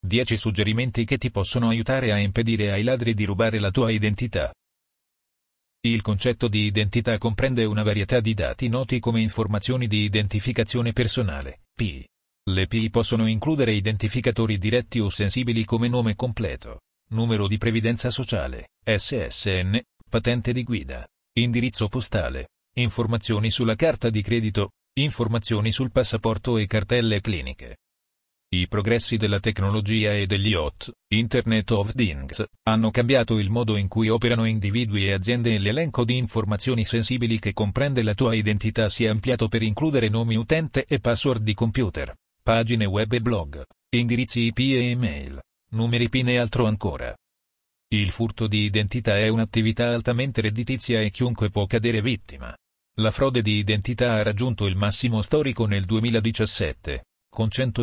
10 suggerimenti che ti possono aiutare a impedire ai ladri di rubare la tua identità. Il concetto di identità comprende una varietà di dati noti come informazioni di identificazione personale, PI. Le PI possono includere identificatori diretti o sensibili come nome completo, numero di previdenza sociale, SSN, patente di guida, indirizzo postale, informazioni sulla carta di credito, informazioni sul passaporto e cartelle cliniche. I progressi della tecnologia e degli IoT, Internet of Things, hanno cambiato il modo in cui operano individui e aziende e l'elenco di informazioni sensibili che comprende la tua identità si è ampliato per includere nomi utente e password di computer, pagine web e blog, indirizzi IP e email, numeri PIN e altro ancora. Il furto di identità è un'attività altamente redditizia e chiunque può cadere vittima. La frode di identità ha raggiunto il massimo storico nel 2017. Con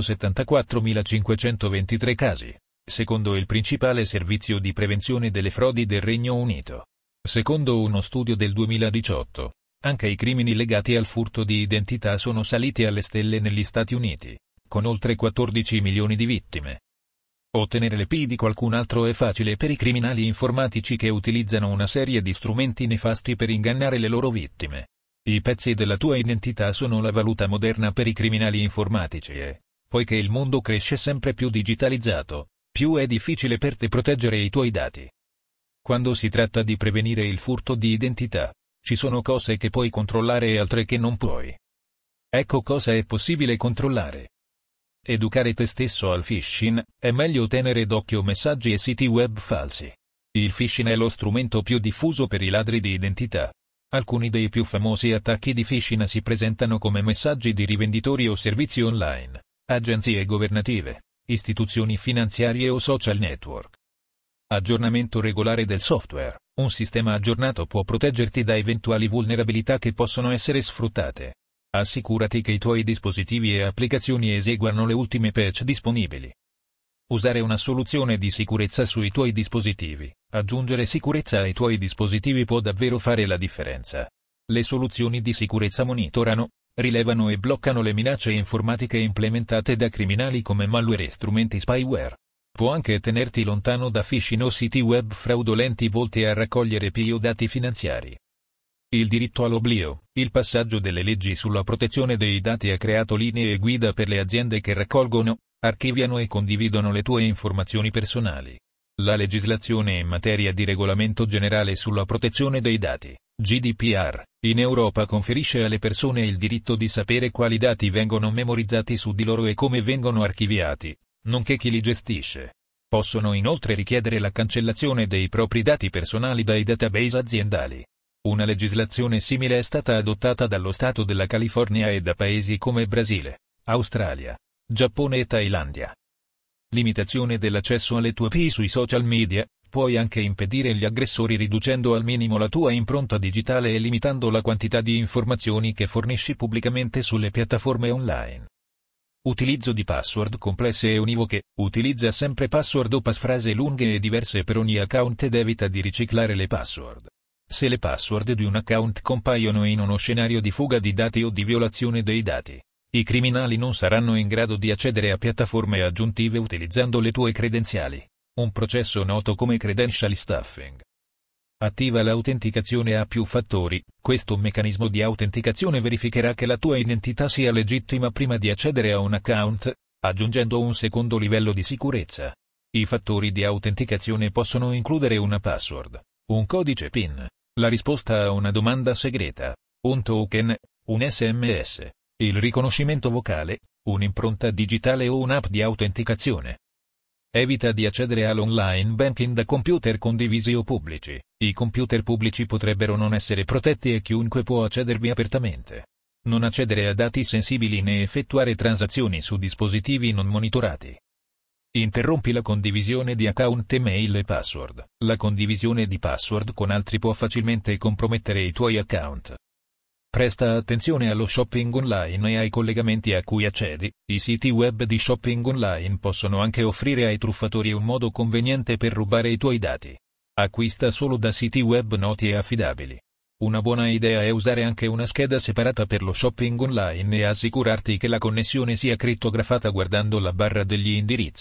174.523 casi, secondo il principale servizio di prevenzione delle frodi del Regno Unito. Secondo uno studio del 2018, anche i crimini legati al furto di identità sono saliti alle stelle negli Stati Uniti, con oltre 14 milioni di vittime. Ottenere le PI di qualcun altro è facile per i criminali informatici che utilizzano una serie di strumenti nefasti per ingannare le loro vittime. I pezzi della tua identità sono la valuta moderna per i criminali informatici e, poiché il mondo cresce sempre più digitalizzato, più è difficile per te proteggere i tuoi dati. Quando si tratta di prevenire il furto di identità, ci sono cose che puoi controllare e altre che non puoi. Ecco cosa è possibile controllare. Educare te stesso al phishing, è meglio tenere d'occhio messaggi e siti web falsi. Il phishing è lo strumento più diffuso per i ladri di identità. Alcuni dei più famosi attacchi di phishing si presentano come messaggi di rivenditori o servizi online, agenzie governative, istituzioni finanziarie o social network. Aggiornamento regolare del software. Un sistema aggiornato può proteggerti da eventuali vulnerabilità che possono essere sfruttate. Assicurati che i tuoi dispositivi e applicazioni eseguano le ultime patch disponibili. Usare una soluzione di sicurezza sui tuoi dispositivi. Aggiungere sicurezza ai tuoi dispositivi può davvero fare la differenza. Le soluzioni di sicurezza monitorano, rilevano e bloccano le minacce informatiche implementate da criminali come malware e strumenti spyware. Può anche tenerti lontano da phishing o siti web fraudolenti volti a raccogliere PI o dati finanziari. Il diritto all'oblio. Il passaggio delle leggi sulla protezione dei dati ha creato linee guida per le aziende che raccolgono, archiviano e condividono le tue informazioni personali. La legislazione in materia di regolamento generale sulla protezione dei dati, GDPR, in Europa conferisce alle persone il diritto di sapere quali dati vengono memorizzati su di loro e come vengono archiviati, nonché chi li gestisce. Possono inoltre richiedere la cancellazione dei propri dati personali dai database aziendali. Una legislazione simile è stata adottata dallo Stato della California e da paesi come Brasile, Australia, Giappone e Thailandia. Limitazione dell'accesso alle tue PI sui social media. Puoi anche impedire gli aggressori riducendo al minimo la tua impronta digitale e limitando la quantità di informazioni che fornisci pubblicamente sulle piattaforme online. Utilizzo di password complesse e univoche. Utilizza sempre password o passphrase lunghe e diverse per ogni account ed evita di riciclare le password. Se le password di un account compaiono in uno scenario di fuga di dati o di violazione dei dati, i criminali non saranno in grado di accedere a piattaforme aggiuntive utilizzando le tue credenziali, un processo noto come credential stuffing. Attiva l'autenticazione a più fattori. Questo meccanismo di autenticazione verificherà che la tua identità sia legittima prima di accedere a un account, aggiungendo un secondo livello di sicurezza. I fattori di autenticazione possono includere una password, un codice PIN, la risposta a una domanda segreta, un token, un SMS, il riconoscimento vocale, un'impronta digitale o un'app di autenticazione. Evita di accedere all'online banking da computer condivisi o pubblici. I computer pubblici potrebbero non essere protetti e chiunque può accedervi apertamente. Non accedere a dati sensibili né effettuare transazioni su dispositivi non monitorati. Interrompi la condivisione di account email e password. La condivisione di password con altri può facilmente compromettere i tuoi account. Presta attenzione allo shopping online e ai collegamenti a cui accedi. I siti web di shopping online possono anche offrire ai truffatori un modo conveniente per rubare i tuoi dati. Acquista solo da siti web noti e affidabili. Una buona idea è usare anche una scheda separata per lo shopping online e assicurarti che la connessione sia crittografata guardando la barra degli indirizzi.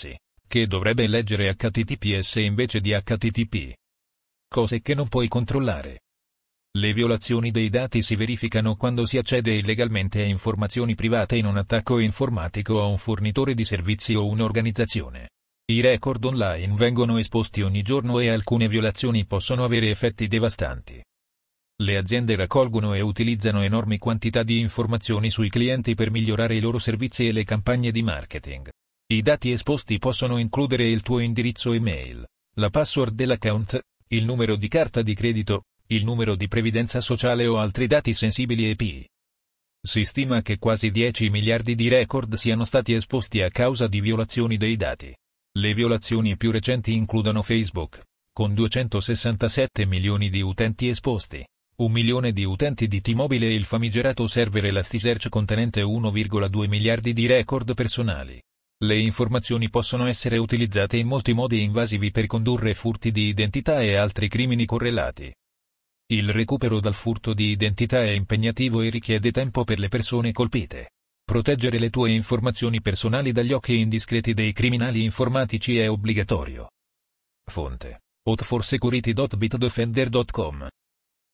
che dovrebbe leggere HTTPS invece di HTTP. Cose che non puoi controllare. Le violazioni dei dati si verificano quando si accede illegalmente a informazioni private in un attacco informatico a un fornitore di servizi o un'organizzazione. I record online vengono esposti ogni giorno e alcune violazioni possono avere effetti devastanti. Le aziende raccolgono e utilizzano enormi quantità di informazioni sui clienti per migliorare i loro servizi e le campagne di marketing. I dati esposti possono includere il tuo indirizzo email, la password dell'account, il numero di carta di credito, il numero di previdenza sociale o altri dati sensibili EP. Si stima che quasi 10 miliardi di record siano stati esposti a causa di violazioni dei dati. Le violazioni più recenti includono Facebook, con 267 milioni di utenti esposti, 1 milione di utenti di T-Mobile e il famigerato server Elasticsearch contenente 1,2 miliardi di record personali. Le informazioni possono essere utilizzate in molti modi invasivi per condurre furti di identità e altri crimini correlati. Il recupero dal furto di identità è impegnativo e richiede tempo per le persone colpite. Proteggere le tue informazioni personali dagli occhi indiscreti dei criminali informatici è obbligatorio. Fonte: hot4security.bitdefender.com